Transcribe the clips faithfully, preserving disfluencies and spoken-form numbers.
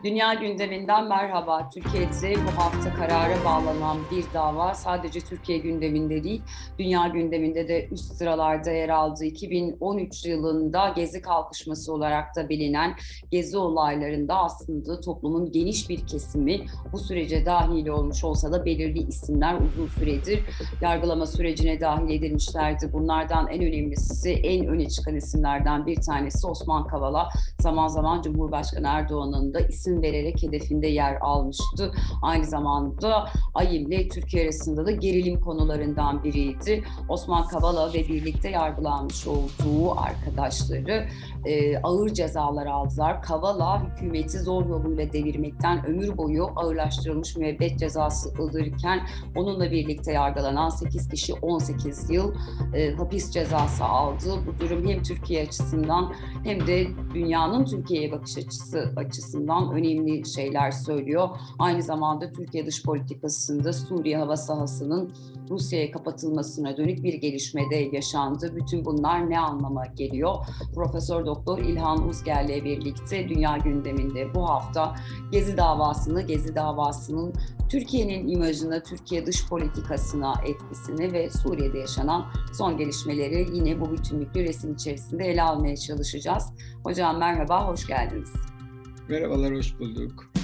Dünya gündeminden merhaba. Türkiye'de bu hafta karara bağlanan bir dava sadece Türkiye gündeminde değil, dünya gündeminde de üst sıralarda yer aldı. iki bin on üç yılında Gezi kalkışması olarak da bilinen Gezi olaylarında aslında toplumun geniş bir kesimi bu sürece dahil olmuş olsa da belirli isimler uzun süredir yargılama sürecine dahil edilmişlerdi. Bunlardan en önemlisi, en öne çıkan isimlerden bir tanesi Osman Kavala. Zaman zaman Cumhurbaşkanı Erdoğan'ın da isim vererek hedefinde yer almıştı. Aynı zamanda A İ M ile Türkiye arasında da gerilim konularından biriydi. Osman Kavala ve birlikte yargılanmış olduğu arkadaşları e, ağır cezalar aldılar. Kavala hükümeti zor yoluyla devirmekten ömür boyu ağırlaştırılmış müebbet cezası alırken onunla birlikte yargılanan sekiz kişi on sekiz yıl e, hapis cezası aldı. Bu durum hem Türkiye açısından hem de dünyanın Türkiye'ye bakış açısı açısından önemli şeyler söylüyor. Aynı zamanda Türkiye dış politikasında Suriye hava sahasının Rusya'ya kapatılmasına dönük bir gelişmede yaşandı. Bütün bunlar ne anlama geliyor? Profesör Doktor İlhan Uzger'le birlikte dünya gündeminde bu hafta Gezi davasını, Gezi davasının Türkiye'nin imajına, Türkiye dış politikasına etkisini ve Suriye'de yaşanan son gelişmeleri yine bu bütünlüklü resim içerisinde ele almaya çalışacağız. Hocam merhaba, hoş geldiniz. Merhabalar, hoş bulduk.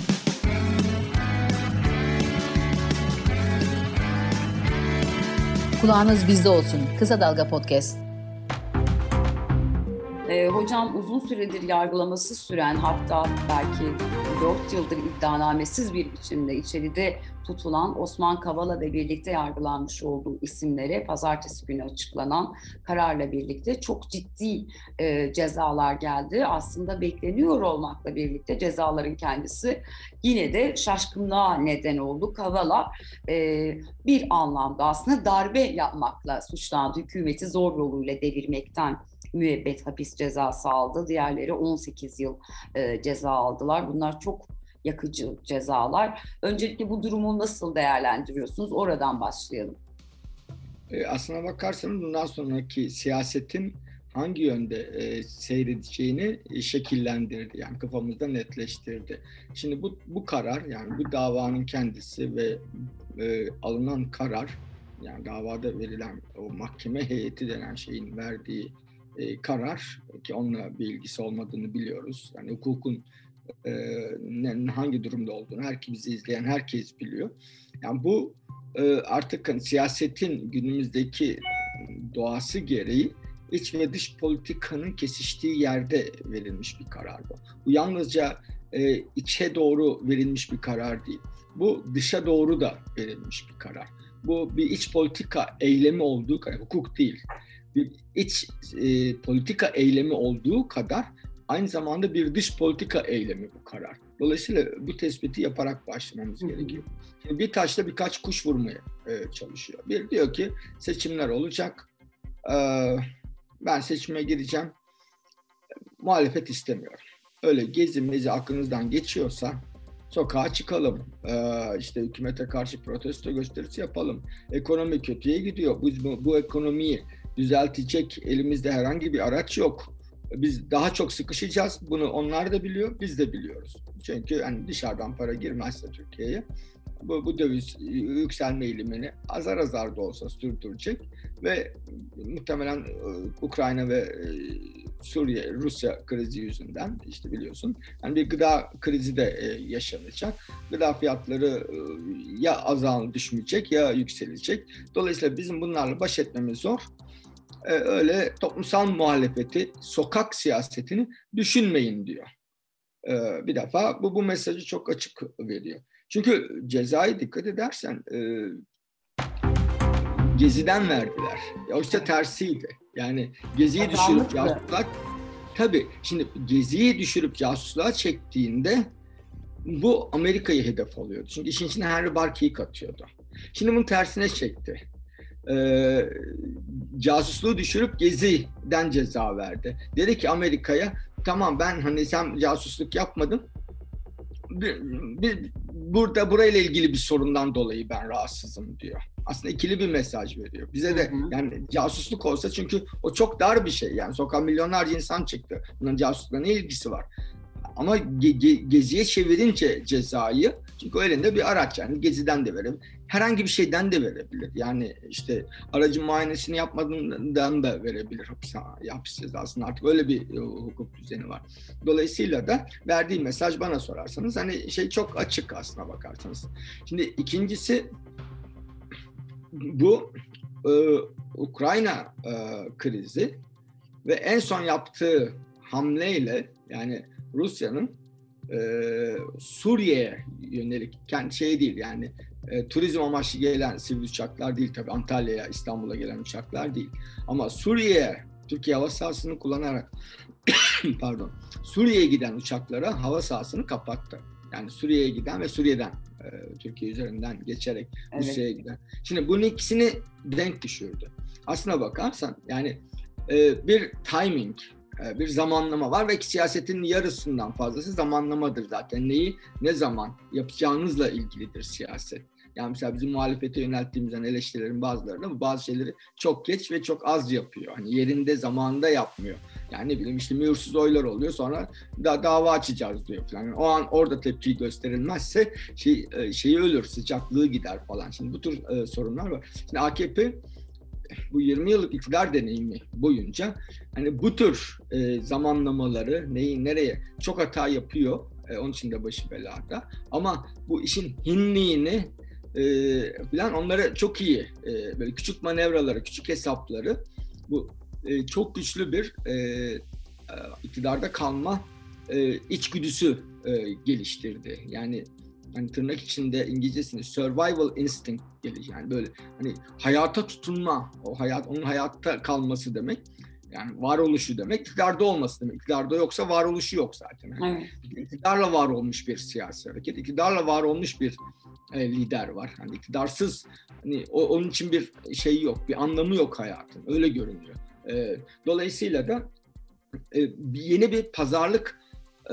Kulağınız bizde olsun. Kısa Dalga Podcast. Ee, hocam uzun süredir yargılaması süren, hatta belki dört yıldır iddianamesiz bir biçimde içeride tutulan Osman Kavala ve birlikte yargılanmış olduğu isimlere pazartesi günü açıklanan kararla birlikte çok ciddi e, cezalar geldi. Aslında bekleniyor olmakla birlikte cezaların kendisi yine de şaşkınlığa neden oldu. Kavala e, bir anlamda aslında darbe yapmakla suçlandı. Hükümeti zor yoluyla devirmekten müebbet hapis cezası aldı. Diğerleri on sekiz yıl e, ceza aldılar. Bunlar çok yakıcı cezalar. Öncelikle bu durumu nasıl değerlendiriyorsunuz? Oradan başlayalım. E, aslına bakarsanız bundan sonraki siyasetin hangi yönde e, seyredeceğini e, şekillendirdi. Yani kafamızda netleştirdi. Şimdi bu bu karar, yani bu davanın kendisi ve e, alınan karar, yani davada verilen o mahkeme heyeti denen şeyin verdiği e, karar, ki onunla bir ilgisi olmadığını biliyoruz. Yani hukukun e, ne, hangi durumda olduğunu herkes, bizi izleyen herkes biliyor. Yani bu e, artık hani, siyasetin günümüzdeki doğası gereği iç ve dış politikanın kesiştiği yerde verilmiş bir karar bu. Bu yalnızca e, içe doğru verilmiş bir karar değil. Bu dışa doğru da verilmiş bir karar. Bu bir iç politika eylemi olduğu kadar, hukuk değil, bir iç e, politika eylemi olduğu kadar aynı zamanda bir dış politika eylemi bu karar. Dolayısıyla bu tespiti yaparak başlamamız gerekiyor. Şimdi bir taşla birkaç kuş vurmaya e, çalışıyor. Bir diyor ki seçimler olacak, e, ben seçime gideceğim, muhalefet istemiyorum. Öyle gezi mezi aklınızdan geçiyorsa sokağa çıkalım, ee, işte hükümete karşı protesto gösterisi yapalım. Ekonomi kötüye gidiyor. Biz bu, bu ekonomiyi düzeltecek elimizde herhangi bir araç yok. Biz daha çok sıkışacağız. Bunu onlar da biliyor, biz de biliyoruz. Çünkü hani dışarıdan para girmezse Türkiye'ye bu, bu döviz yükselme eğilimini azar azar da olsa sürdürecek ve muhtemelen Ukrayna ve Suriye, Rusya krizi yüzünden işte biliyorsun yani bir gıda krizi de yaşanacak. Gıda fiyatları ya azal düşmeyecek ya yükselecek. Dolayısıyla bizim bunlarla baş etmemiz zor. Öyle toplumsal muhalefeti, sokak siyasetini düşünmeyin diyor. Bir defa bu bu mesajı çok açık veriyor. Çünkü cezayı dikkat edersen e, Gezi'den verdiler. Oysa tersiydi. Yani Gezi'yi düşürüp casusluğa, tabii şimdi Gezi'yi düşürüp casusluğa çektiğinde bu Amerika'yı hedef alıyordu. Çünkü işin içine Henry Barkey'i katıyordu. Şimdi bunun tersine çekti. Ee, casusluğu düşürüp Gezi'den ceza verdi. Dedi ki Amerika'ya, tamam ben hani sen casusluk yapmadın. Bir, bir, burada burayla ilgili bir sorundan dolayı ben rahatsızım diyor. Aslında ikili bir mesaj veriyor. Bize de yani casusluk olsa, çünkü o çok dar bir şey. Yani sokağa milyonlarca insan çıktı. Bunun casuslukla ne ilgisi var? ama ge- ge- Gezi'ye çevirince cezayı, çünkü o elinde bir araç, yani Gezi'den de verebilir. Herhangi bir şeyden de verebilir. Yani işte aracın muayenesini yapmadığından da verebilir hapis, hapis cezasını. Artık öyle bir e, hukuk düzeni var. Dolayısıyla da verdiği mesaj, bana sorarsanız, hani şey çok açık aslına bakarsanız. Şimdi ikincisi, bu e, Ukrayna e, krizi ve en son yaptığı hamleyle, yani Rusya'nın e, Suriye'ye yönelik, kendi şey değil yani, e, turizm amaçlı gelen sivil uçaklar değil tabii, Antalya'ya, İstanbul'a gelen uçaklar değil, ama Suriye'ye, Türkiye hava sahasını kullanarak pardon, Suriye'ye giden uçaklara hava sahasını kapattı. Yani Suriye'ye giden ve Suriye'den e, Türkiye üzerinden geçerek Evet. Rusya'ya giden. Şimdi bunun ikisini denk düşürdü. Aslına bakarsan yani e, bir timing, e, bir zamanlama var ve siyasetin yarısından fazlası zamanlamadır zaten. Neyi ne zaman yapacağınızla ilgilidir siyaset. Yani mesela bizim muhalefete yönelttiğimizden eleştirilerin bazılarında bu bazı şeyleri çok geç ve çok az yapıyor. Hani yerinde, zamanında yapmıyor. Yani ne bileyim işte mühürsüz oylar oluyor, sonra da dava açacağız diyor falan. Yani o an orada tepki gösterilmezse şey şeyi ölür, sıcaklığı gider falan. Şimdi bu tür e, sorunlar var. Şimdi A K P bu yirmi yıllık iktidar deneyimi boyunca hani bu tür e, zamanlamaları, neyi nereye çok hata yapıyor. E, onun için de başı belada. Ama bu işin hinliğini e, falan, onları çok iyi, e, böyle küçük manevraları, küçük hesapları, bu e, çok güçlü bir e, e, iktidarda kalma e, içgüdüsü e, geliştirdi. Yani hani tırnak içinde İngilizcesinde survival instinct gelir, yani böyle hani hayata tutunma, o hayat, onun hayatta kalması demek. Yani varoluşu demek, iktidarda olması demek. İktidarda yoksa varoluşu yok zaten. Yani Evet. İktidarla var olmuş bir siyasi hareket, iktidarla var olmuş bir e, lider var. Hani iktidarsız, hani o, onun için bir şey yok, bir anlamı yok hayatın. Öyle görünüyor. E, dolayısıyla da e, yeni bir pazarlık e,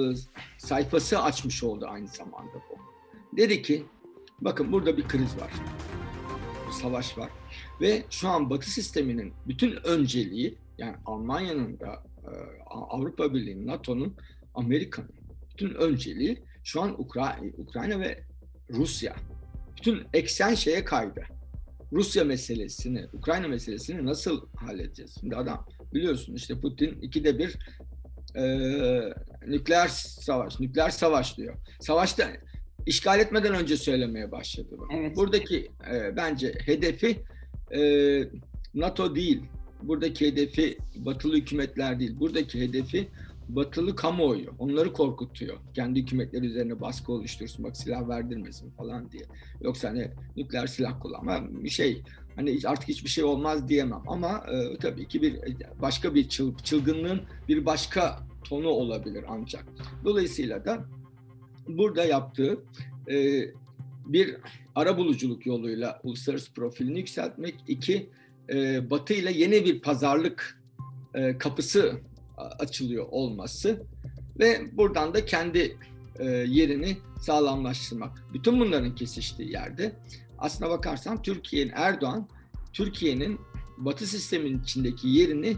sayfası açmış oldu aynı zamanda bu. Dedi ki, bakın burada bir kriz var, bir savaş var ve şu an Batı sisteminin bütün önceliği, yani Almanya'nın da, e, Avrupa Birliği'nin, NATO'nun, Amerika'nın bütün önceliği şu an Ukra- Ukrayna ve Rusya. Bütün eksen şeye kaydı. Rusya meselesini, Ukrayna meselesini nasıl halledeceğiz? Şimdi adam, biliyorsun işte Putin ikide bir e, nükleer savaş, nükleer savaş diyor. Savaşta işgal etmeden önce söylemeye başladı bu. Evet. Buradaki e, bence hedefi e, NATO değil. Buradaki hedefi batılı hükümetler değil. Buradaki hedefi batılı kamuoyu. Onları korkutuyor. Kendi hükümetleri üzerine baskı oluştursun, bak silah verdirmesin falan diye. Yoksa hani nükleer silah kullanma bir şey, hani artık hiçbir şey olmaz diyemem. Ama e, tabii ki bir başka bir çıl, çılgınlığın bir başka tonu olabilir ancak. Dolayısıyla da burada yaptığı e, bir arabuluculuk yoluyla uluslararası profilini yükseltmek, iki e, Batı ile yeni bir pazarlık e, kapısı açılıyor olması ve buradan da kendi e, yerini sağlamlaştırmak. Bütün bunların kesiştiği yerde aslına bakarsan Türkiye'nin, Erdoğan, Türkiye'nin Batı sistemin içindeki yerini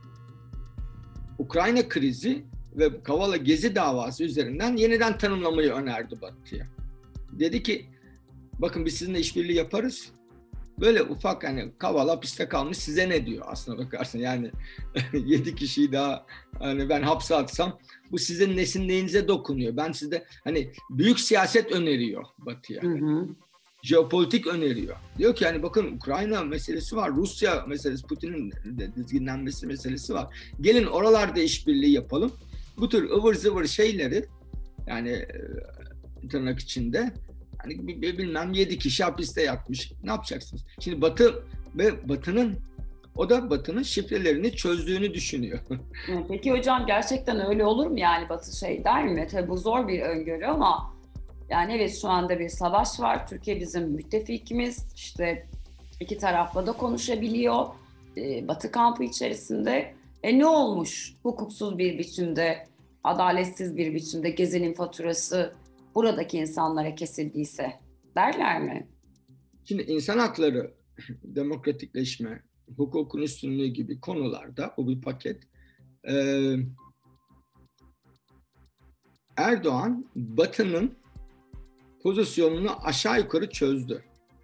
Ukrayna krizi ve Kavala Gezi davası üzerinden yeniden tanımlamayı önerdi Batı'ya. Dedi ki, bakın biz sizinle işbirliği yaparız. Böyle ufak, hani Kavala hapiste kalmış, size ne diyor aslına bakarsın. Yani yedi kişiyi daha hani ben hapse atsam bu sizin nesin neyinize dokunuyor. Ben size hani büyük siyaset öneriyor Batı'ya. Hı hı. Jeopolitik öneriyor. Diyor ki yani bakın Ukrayna meselesi var, Rusya meselesi, Putin'in de dizginlenmesi meselesi var. Gelin oralarda işbirliği yapalım. Bu tür ıvır zıvır şeyleri, yani tırnak içinde, hani bilmem yedi kişi hapiste yatmış. Ne yapacaksınız? Şimdi Batı ve Batı'nın, o da Batı'nın şifrelerini çözdüğünü düşünüyor. Peki hocam, gerçekten öyle olur mu? Yani Batı şey der mi? Tabii bu zor bir öngörü ama yani evet, şu anda bir savaş var. Türkiye bizim müttefikimiz. İşte iki tarafla da konuşabiliyor. Ee, Batı kampı içerisinde. E ne olmuş? Hukuksuz bir biçimde, adaletsiz bir biçimde Gezi'nin faturası buradaki insanlara kesildiyse derler mi? Şimdi insan hakları, demokratikleşme, hukukun üstünlüğü gibi konularda o bir paket. Ee, Erdoğan Batı'nın pozisyonunu aşağı yukarı çözdü.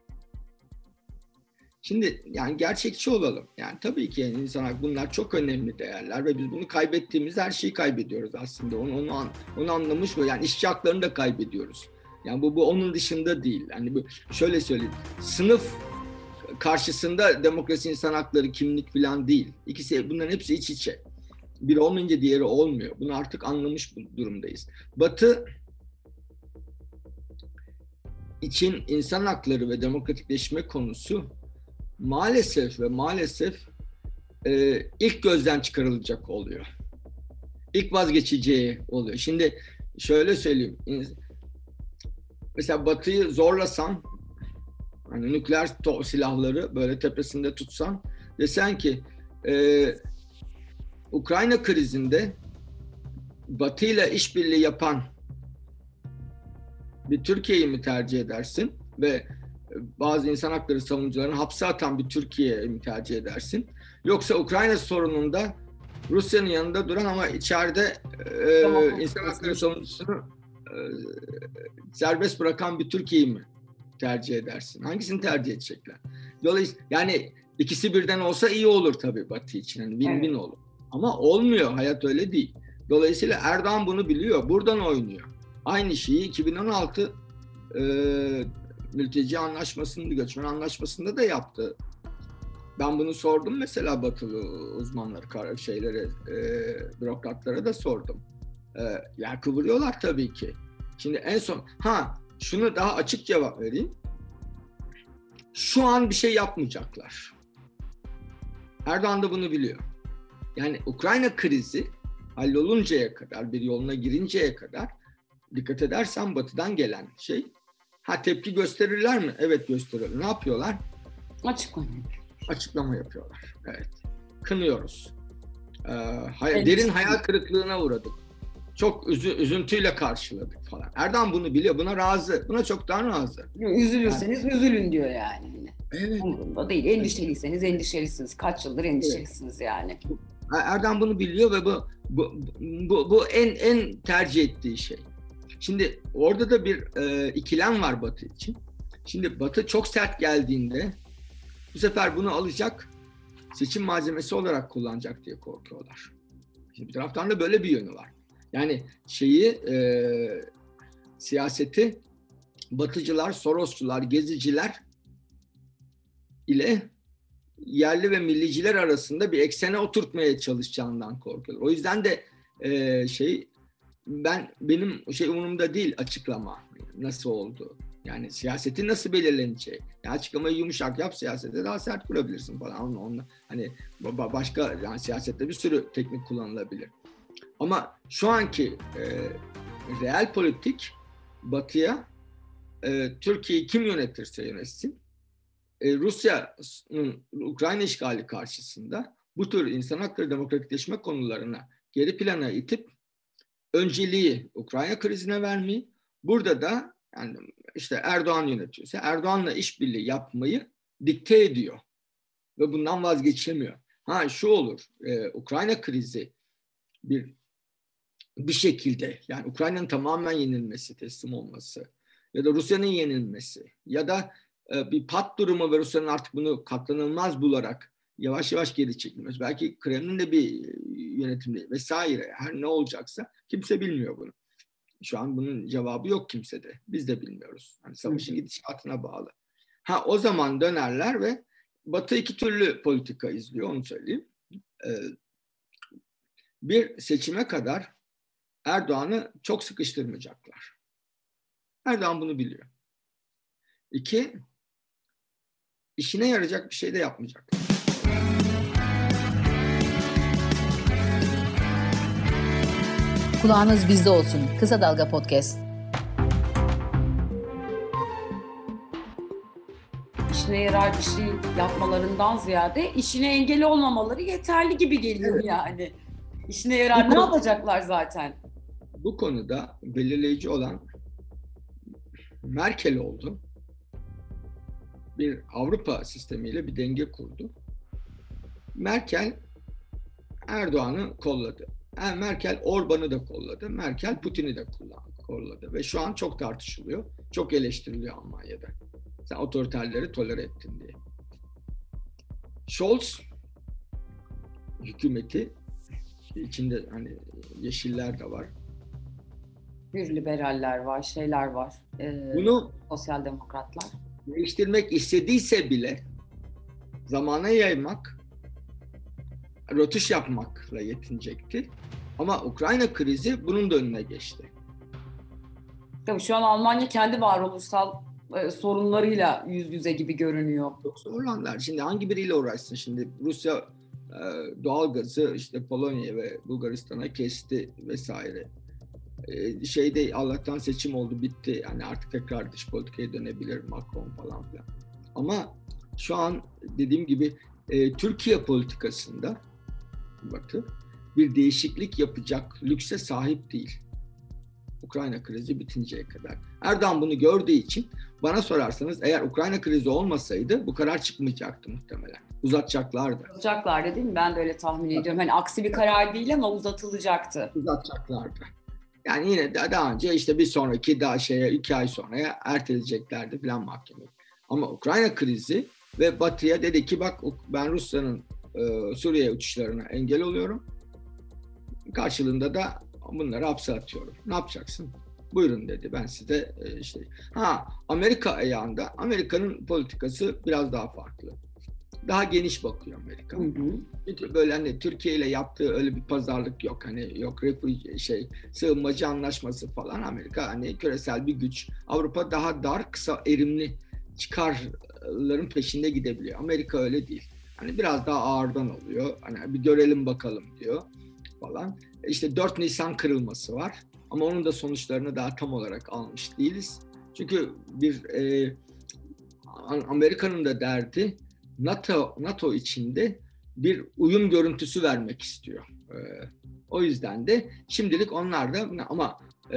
Şimdi yani gerçekçi olalım. Yani tabii ki yani insana bunlar çok önemli değerler ve biz bunu kaybettiğimizde her şeyi kaybediyoruz aslında. Onu onu, onu anlamış mı? Yani işçi haklarını da kaybediyoruz. Yani bu bu onun dışında değil. Yani bu şöyle söyleyeyim. Sınıf karşısında demokrasi, insan hakları, kimlik falan değil. İkisi, bunların hepsi iç içe. Biri olmayınca diğeri olmuyor. Bunu artık anlamış durumdayız. Batı için insan hakları ve demokratikleşme konusu maalesef ve maalesef e, ilk gözden çıkarılacak oluyor. İlk vazgeçeceği oluyor. Şimdi şöyle söyleyeyim. Mesela Batı'yı zorlasan, hani nükleer silahları böyle tepesinde tutsan, desen ki e, Ukrayna krizinde Batı ile işbirliği yapan bir Türkiye'yi mi tercih edersin ve bazı insan hakları savunucularını hapse atan bir Türkiye'yi mi tercih edersin? Yoksa Ukrayna sorununda Rusya'nın yanında duran ama içeride e, tamam, insan hakları savunucusunu e, serbest bırakan bir Türkiye'yi mi tercih edersin? Hangisini tercih edecekler? Dolayısıyla yani ikisi birden olsa iyi olur tabii Batı için. Yani win-win evet. olur. Ama olmuyor. Hayat öyle değil. Dolayısıyla Erdoğan bunu biliyor. Buradan oynuyor. Aynı şeyi iki bin on altı e, mülteci anlaşmasında, göçmen anlaşmasında da yaptı. Ben bunu sordum mesela Batılı uzmanları, şeylere, e, bürokratlara da sordum. E, yani kıvırıyorlar tabii ki. Şimdi en son, ha şunu daha açık cevap vereyim. Şu an bir şey yapmayacaklar. Erdoğan da bunu biliyor. Yani Ukrayna krizi halloluncaya kadar, bir yoluna girinceye kadar dikkat edersen Batı'dan gelen şey, ha tepki gösterirler mi? Evet gösterirler. Ne yapıyorlar? Açıklama. Açıklama yapıyorlar. Evet. Kınıyoruz. Ee, hay- derin hayal kırıklığına uğradık. Çok üzü, üzüntüyle karşıladık falan. Erdoğan bunu biliyor. Buna razı. Buna çoktan razı. Üzülürseniz yani, üzülün diyor yani. Evet. Umurumda değil. Endişeliyseniz endişelisiniz. Kaç yıldır endişelisiniz evet. yani. Erdoğan bunu biliyor ve bu bu bu, bu en en tercih ettiği şey. Şimdi orada da bir e, ikilem var Batı için. Şimdi Batı çok sert geldiğinde bu sefer bunu alacak, seçim malzemesi olarak kullanacak diye korkuyorlar. Şimdi bir taraftan da böyle bir yönü var. Yani şeyi e, siyaseti Batıcılar, Sorosçular, Geziciler ile yerli ve milliciler arasında bir eksene oturtmaya çalışacağından korkuyorlar. O yüzden de e, şey ben benim şey umurumda değil açıklama nasıl oldu. Yani siyaseti nasıl belirlenecek? Yani açıklamayı yumuşak yap, siyasete daha sert kurabilirsin falan. Onunla, onunla, hani başka yani siyasette bir sürü teknik kullanılabilir. Ama şu anki e, real politik Batı'ya e, Türkiye'yi kim yönetirse yönetsin e, Rusya'nın Ukrayna işgali karşısında bu tür insan hakları demokratikleşme konularına geri plana itip önceliği Ukrayna krizine vermeyi, burada da yani işte Erdoğan yönetiyorsa Erdoğan'la işbirliği yapmayı dikte ediyor ve bundan vazgeçemiyor. Ha şu olur, e, Ukrayna krizi bir bir şekilde yani Ukrayna'nın tamamen yenilmesi, teslim olması ya da Rusya'nın yenilmesi ya da e, bir pat durumu ve Rusya'nın artık bunu katlanılmaz bularak yavaş yavaş geri çekilmesi. Belki Kremlin de bir yönetimde vesaire her ne olacaksa kimse bilmiyor bunu. Şu an bunun cevabı yok kimsede. Biz de bilmiyoruz. Yani savaşın gidişatına bağlı. Ha o zaman dönerler ve Batı iki türlü politika izliyor onu söyleyeyim. Ee, bir seçime kadar Erdoğan'ı çok sıkıştırmayacaklar. Erdoğan bunu biliyor. İki, işine yarayacak bir şey de yapmayacaklar. Kulağınız bizde olsun. Kısa Dalga Podcast. İşine yarar bir şey yapmalarından ziyade işine engel olmamaları yeterli gibi geliyor evet. yani. İşine yarar ne yapacaklar zaten? Bu konuda belirleyici olan Merkel oldu. Bir Avrupa sistemiyle bir denge kurdu. Merkel Erdoğan'ı kolladı. Yani Merkel Orban'ı da kolladı. Merkel Putin'i de kolladı. Ve şu an çok tartışılıyor. Çok eleştiriliyor Almanya'da. Sen otoriterleri tolere ettin diye. Scholz hükümeti, içinde hani yeşiller de var. Bir liberaller var, şeyler var. Ee, Bunu sosyal demokratlar. Değiştirmek istediyse bile zamana yaymak, rötuş yapmakla yetinecekti. Ama Ukrayna krizi bunun da önüne geçti. Tabii şu an Almanya kendi varoluşsal e, sorunlarıyla yüz yüze gibi görünüyor. Çok zorlanlar. Şimdi hangi biriyle uğraşsın? Şimdi Rusya e, doğalgazı işte Polonya ve Bulgaristan'a kesti vesaire. E, şeyde Allah'tan seçim oldu, bitti. Yani artık tekrar dış politikaya dönebilir Macron falan filan. Ama şu an dediğim gibi e, Türkiye politikasında Batı bir değişiklik yapacak lükse sahip değil. Ukrayna krizi bitinceye kadar. Erdoğan bunu gördüğü için bana sorarsanız eğer Ukrayna krizi olmasaydı bu karar çıkmayacaktı muhtemelen. Uzatacaklardı. Uzatacaklardı değil mi? Ben de öyle tahmin ediyorum. Hani aksi bir karar değil ama uzatılacaktı. Uzatacaklardı. Yani yine de daha önce işte bir sonraki daha şeye iki ay sonraya erteleyeceklerdi falan mahkeme. Ama Ukrayna krizi ve Batı'ya dedi ki bak ben Rusya'nın e, Suriye uçuşlarına engel oluyorum. Karşılığında da bunları hapse atıyorum. Ne yapacaksın? Buyurun dedi. Ben size e, işte ha Amerika ayağında Amerika'nın politikası biraz daha farklı. Daha geniş bakıyor Amerika. Hı hı. Çünkü böyle hani Türkiye ile yaptığı öyle bir pazarlık yok. Hani yok refuji, şey sığınmacı anlaşması falan. Amerika hani küresel bir güç. Avrupa daha dar, kısa erimli çıkarların peşinde gidebiliyor. Amerika öyle değil. Hani biraz daha ağırdan oluyor. Hani bir görelim bakalım diyor falan. İşte dört Nisan kırılması var. Ama onun da sonuçlarını daha tam olarak almış değiliz. Çünkü bir e, Amerika'nın da derdi NATO NATO içinde bir uyum görüntüsü vermek istiyor. Ee, o yüzden de şimdilik onlar da ama e,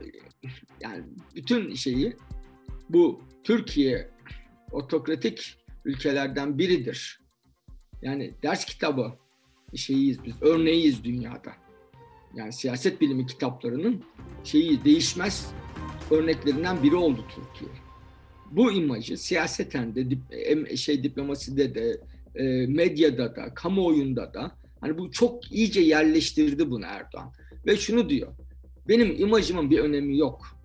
yani bütün şeyi bu Türkiye otokratik ülkelerden biridir. Yani ders kitabı şeyiyiz biz, örneğiyiz dünyada. Yani siyaset bilimi kitaplarının şeyi değişmez örneklerinden biri oldu Türkiye. Bu imajı siyaseten de şey diplomaside de e, medyada da kamuoyunda da hani bu çok iyice yerleştirdi bunu Erdoğan ve şunu diyor: benim imajımın bir önemi yok.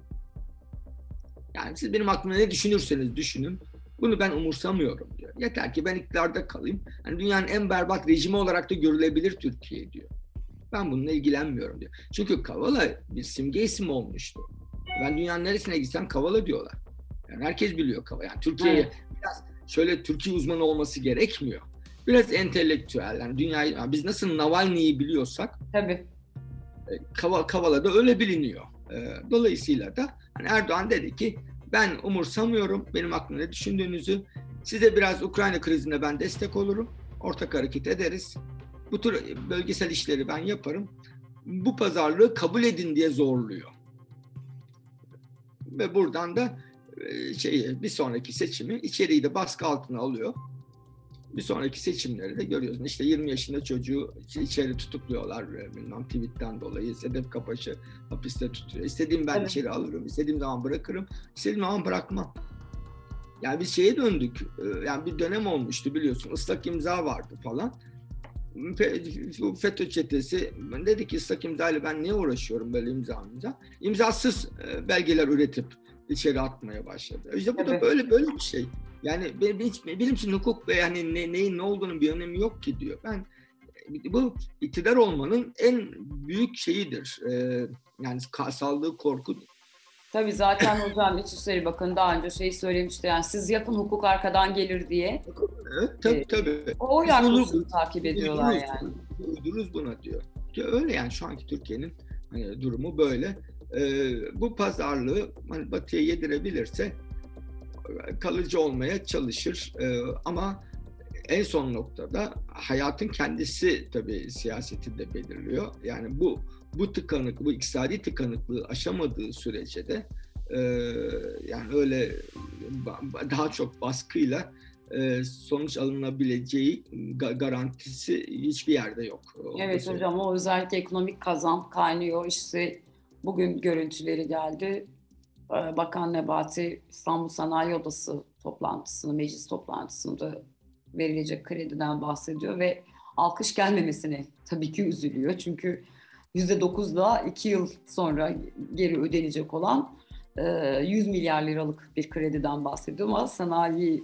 Yani siz benim aklımda ne düşünürseniz düşünün, bunu ben umursamıyorum diyor. Yeter ki ben iktidarda kalayım. Hani dünyanın en berbat rejimi olarak da görülebilir Türkiye diyor. Ben bununla ilgilenmiyorum diyor. Çünkü Kavala bir simge isim olmuştu. Ben dünyanın neresine gitsem Kavala diyorlar. Yani herkes biliyor Kavala. Yani Türkiye'ye evet. Biraz şöyle Türkiye uzmanı olması gerekmiyor. Biraz entelektüel. Yani dünyayı, yani biz nasıl Navalny'yi biliyorsak tabii. Kavala da öyle biliniyor. Dolayısıyla da hani Erdoğan dedi ki ben umursamıyorum benim aklımda ne düşündüğünüzü. Size biraz Ukrayna krizinde ben destek olurum. Ortak hareket ederiz. Bu tür bölgesel işleri ben yaparım. Bu pazarlığı kabul edin diye zorluyor. Ve buradan da şey, bir sonraki seçimi içeriği de baskı altına alıyor. Bir sonraki seçimleri de görüyorsun. İşte yirmi yaşında çocuğu içeri tutukluyorlar bilmem tweetten dolayı. Sedef Kapaş'ı hapiste tutuyor. İstediğim ben evet. içeri alırım. İstediğim zaman bırakırım. İstediğim zaman bırakmam. Yani biz şeye döndük. Yani bir dönem olmuştu biliyorsun. Islak imza vardı falan. FETÖ çetesi dedi ki ıslak imza ile ben niye uğraşıyorum böyle imza imza. İmzasız belgeler üretip içeri atmaya başladı. İşte bu evet. da böyle böyle bir şey. Yani benim, benim için hukuk ve yani ne, neyin ne olduğunun bir önemi yok ki diyor. Ben bu iktidar olmanın en büyük şeyidir. Ee, yani saldığı korkudur. Tabii zaten hocam İçişleri Bakanı daha önce şey söylemişti, yani siz yapın hukuk arkadan gelir diye. Evet tabii tabii. O yaklaşımı takip ediyorlar uyduruz, yani. Uyduruz buna diyor. Ki öyle yani şu anki Türkiye'nin hani durumu böyle. Ee, bu pazarlığı hani Batı'ya yedirebilirse kalıcı olmaya çalışır. Ee, ama en son noktada hayatın kendisi tabii siyaseti de belirliyor. Yani bu bu tıkanık, bu iktisadi tıkanıklığı aşamadığı sürece de e, yani öyle daha çok baskıyla e, sonuç alınabileceği garantisi hiçbir yerde yok. Evet hocam, o özellikle ekonomik kazan kaynıyor. İşte bugün görüntüleri geldi. Bakan Nebati İstanbul Sanayi Odası toplantısını, meclis toplantısında verilecek krediden bahsediyor ve alkış gelmemesine tabii ki üzülüyor. Çünkü yüzde dokuzla iki yıl sonra geri ödenecek olan yüz milyar liralık bir krediden bahsediyor ama sanayi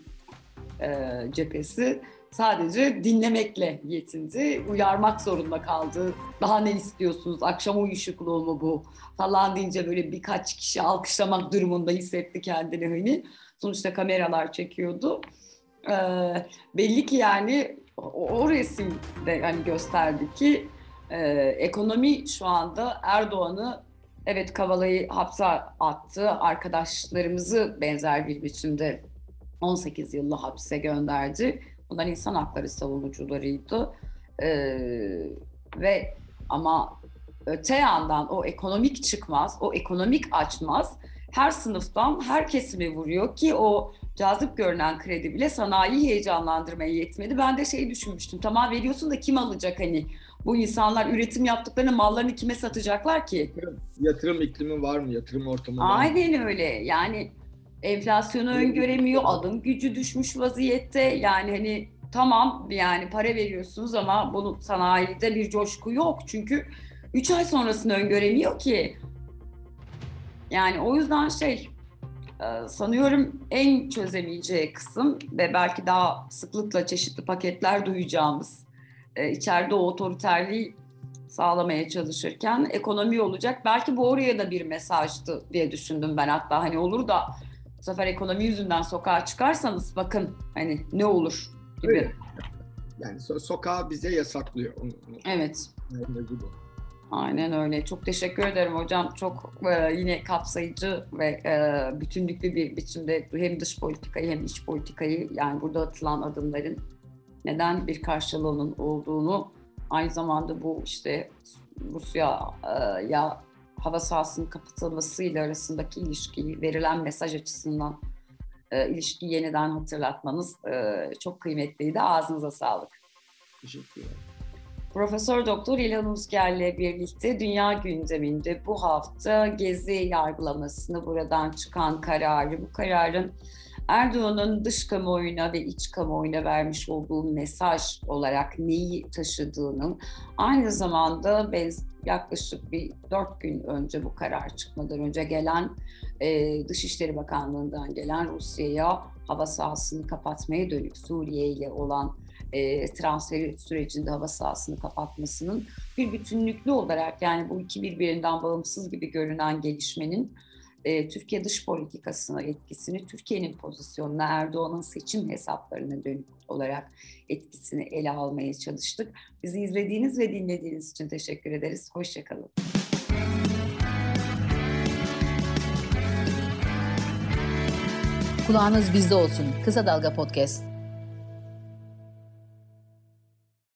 cephesi sadece dinlemekle yetindi, uyarmak zorunda kaldı. Daha ne istiyorsunuz, akşam uyuşukluğu mu bu falan deyince böyle birkaç kişi alkışlamak durumunda hissetti kendini hani. Sonuçta kameralar çekiyordu. Ee, belli ki yani o, o resim de hani gösterdi ki e, ekonomi şu anda Erdoğan'ı, evet Kavala'yı hapse attı, arkadaşlarımızı benzer bir biçimde on sekiz yıllık hapse gönderdi. Bunlar insan hakları savunucularıydı. Ee, ve ama öte yandan o ekonomik çıkmaz, o ekonomik açmaz her sınıftan her kesimi vuruyor ki o cazip görünen kredi bile sanayi heyecanlandırmaya yetmedi. Ben de şey düşünmüştüm, tamam veriyorsun da kim alacak hani? Bu insanlar üretim yaptıklarını, mallarını kime satacaklar ki? Yatırım iklimi var mı? Yatırım ortamı var mı? Aynen öyle. Yani enflasyonu öngöremiyor, alım gücü düşmüş vaziyette. Yani hani tamam yani para veriyorsunuz ama bunun sanayide bir coşku yok. Çünkü üç ay sonrasını öngöremiyor ki. Yani o yüzden şey sanıyorum en çözemeyeceği kısım ve belki daha sıklıkla çeşitli paketler duyacağımız içeride o otoriterliği sağlamaya çalışırken ekonomi olacak. Belki bu oraya da bir mesajdı diye düşündüm ben, hatta hani olur da bu sefer ekonomi yüzünden sokağa çıkarsanız bakın hani ne olur gibi. Öyle. Yani so- sokağı bize yasaklıyor. Onu, onu. Evet. Yani aynen öyle. Çok teşekkür ederim hocam. Çok e, yine kapsayıcı ve e, bütünlüklü bir biçimde hem dış politikayı hem iç politikayı, yani burada atılan adımların neden bir karşılığının olduğunu, aynı zamanda bu işte Rusya'ya hava sahasının kapatılmasıyla arasındaki ilişkiyi, verilen mesaj açısından e, ilişkiyi yeniden hatırlatmanız e, çok kıymetliydi. Ağzınıza sağlık. Teşekkür ederim. Profesör Doktor İlhan Uzger'le birlikte dünya gündeminde bu hafta Gezi yargılamasını, buradan çıkan kararı, bu kararın Erdoğan'ın dış kamuoyuna ve iç kamuoyuna vermiş olduğu mesaj olarak neyi taşıdığının, aynı zamanda biz yaklaşık bir dört gün önce, bu karar çıkmadan önce gelen e, Dışişleri Bakanlığı'ndan gelen Rusya'ya hava sahasını kapatmaya dönük Suriye ile olan e, transferi sürecinde hava sahasını kapatmasının bir bütünlüklü olarak, yani bu iki birbirinden bağımsız gibi görünen gelişmenin e, Türkiye dış politikasına etkisini, Türkiye'nin pozisyonuna, Erdoğan'ın seçim hesaplarına dönük olarak etkisini ele almaya çalıştık. Bizi izlediğiniz ve dinlediğiniz için teşekkür ederiz. Hoşça kalın. Kulağınız bizde olsun. Kısa Dalga Podcast.